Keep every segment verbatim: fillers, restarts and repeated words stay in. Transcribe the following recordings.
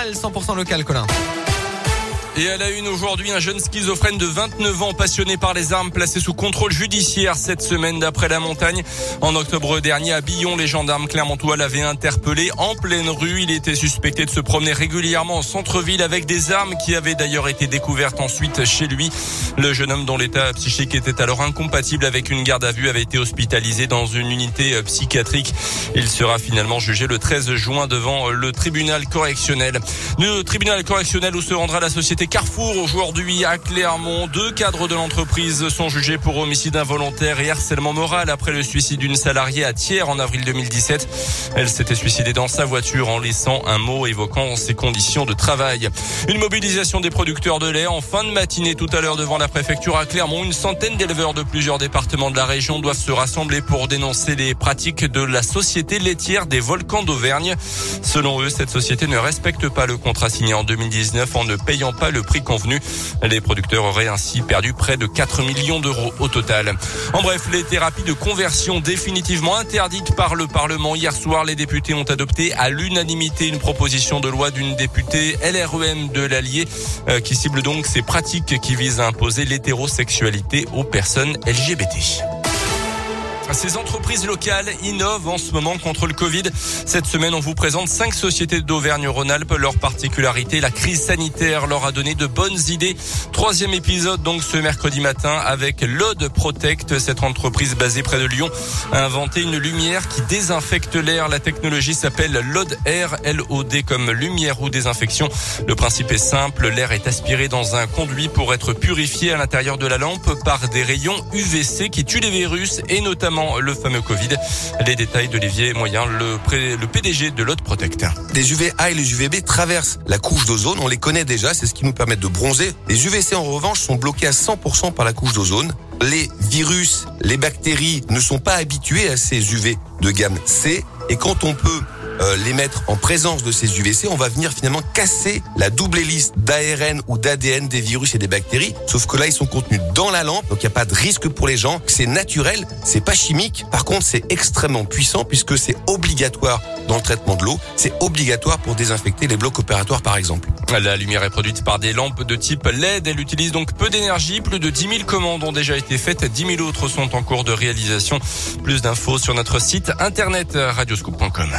journal cent pour cent local, Colin. Et à la une aujourd'hui, un jeune schizophrène de vingt-neuf ans passionné par les armes placé sous contrôle judiciaire cette semaine d'après La Montagne. En octobre dernier à Billon, les gendarmes clermontois l'avaient interpellé en pleine rue. Il était suspecté de se promener régulièrement en centre-ville avec des armes qui avaient d'ailleurs été découvertes ensuite chez lui. Le jeune homme dont l'état psychique était alors incompatible avec une garde à vue avait été hospitalisé dans une unité psychiatrique. Il sera finalement jugé le treize juin devant le tribunal correctionnel. Le tribunal correctionnel où se rendra la société Carrefour aujourd'hui à Clermont. Deux cadres de l'entreprise sont jugés pour homicide involontaire et harcèlement moral après le suicide d'une salariée à Thiers en avril deux mille dix-sept. Elle s'était suicidée dans sa voiture en laissant un mot évoquant ses conditions de travail. Une mobilisation des producteurs de lait en fin de matinée tout à l'heure devant la préfecture à Clermont. Une centaine d'éleveurs de plusieurs départements de la région doivent se rassembler pour dénoncer les pratiques de la société laitière des Volcans d'Auvergne. Selon eux, cette société ne respecte pas le contrat signé en deux mille dix-neuf en ne payant pas le prix convenu. Les producteurs auraient ainsi perdu près de quatre millions d'euros au total. En bref, les thérapies de conversion définitivement interdites par le Parlement. Hier soir, les députés ont adopté à l'unanimité une proposition de loi d'une députée L R E M de l'Allier euh, qui cible donc ces pratiques qui visent à imposer l'hétérosexualité aux personnes L G B T. Ces entreprises locales innovent en ce moment contre le Covid. Cette semaine, on vous présente cinq sociétés d'Auvergne-Rhône-Alpes. Leur particularité, la crise sanitaire leur a donné de bonnes idées. Troisième épisode, donc, ce mercredi matin avec Lod Protect. Cette entreprise basée près de Lyon a inventé une lumière qui désinfecte l'air. La technologie s'appelle Lod Air, L O D comme lumière ou désinfection. Le principe est simple. L'air est aspiré dans un conduit pour être purifié à l'intérieur de la lampe par des rayons U V C qui tuent les virus et notamment le fameux Covid. Les détails d'Olivier Moyen, le, pré, le P D G de Lod Protect. Les U V A et les U V B traversent la couche d'ozone, on les connaît déjà, c'est ce qui nous permet de bronzer. Les U V C en revanche sont bloqués à cent pour cent par la couche d'ozone. Les virus, les bactéries ne sont pas habitués à ces U V de gamme C et quand on peut Euh, les mettre en présence de ces U V C, on va venir finalement casser la double hélice d'A R N ou d'A D N des virus et des bactéries. Sauf que là, ils sont contenus dans la lampe, donc il n'y a pas de risque pour les gens. C'est naturel, c'est pas chimique. Par contre, c'est extrêmement puissant puisque c'est obligatoire dans le traitement de l'eau. C'est obligatoire pour désinfecter les blocs opératoires, par exemple. La lumière est produite par des lampes de type L E D. Elle utilise donc peu d'énergie. Plus de dix mille commandes ont déjà été faites. dix mille autres sont en cours de réalisation. Plus d'infos sur notre site internet radioscoop point com.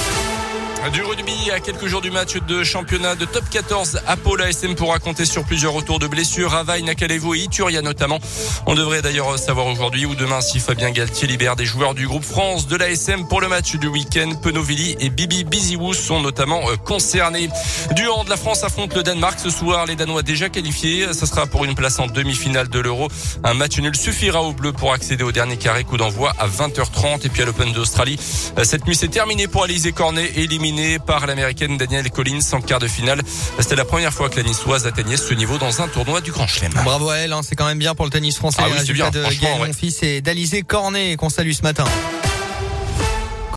Du rugby à quelques jours du match de championnat de top quatorze à Pau, l'A S M pourra compter sur plusieurs retours de blessures. Ravaille, Nakalevo et Ituria notamment. On devrait d'ailleurs savoir aujourd'hui ou demain si Fabien Galtier libère des joueurs du groupe France de l'A S M pour le match du week-end. Penovilli et Bibi Biziou sont notamment concernés. Du hand, la France affronte le Danemark ce soir. Les Danois déjà qualifiés. Ce sera pour une place en demi-finale de l'Euro. Un match nul suffira aux Bleus pour accéder au dernier carré. Coup d'envoi à vingt heures trente. Et puis à l'Open d'Australie, cette nuit c'est terminé pour Alizé Cornet, éliminé par l'américaine Danielle Collins en quart de finale. C'était la première fois que la niçoise atteignait ce niveau dans un tournoi du Grand Chelem. Bravo à elle, hein, c'est quand même bien pour le tennis français. Ah oui, c'est bien, de Gaël ouais. Monfils et d'Alizé Cornet qu'on salue ce matin.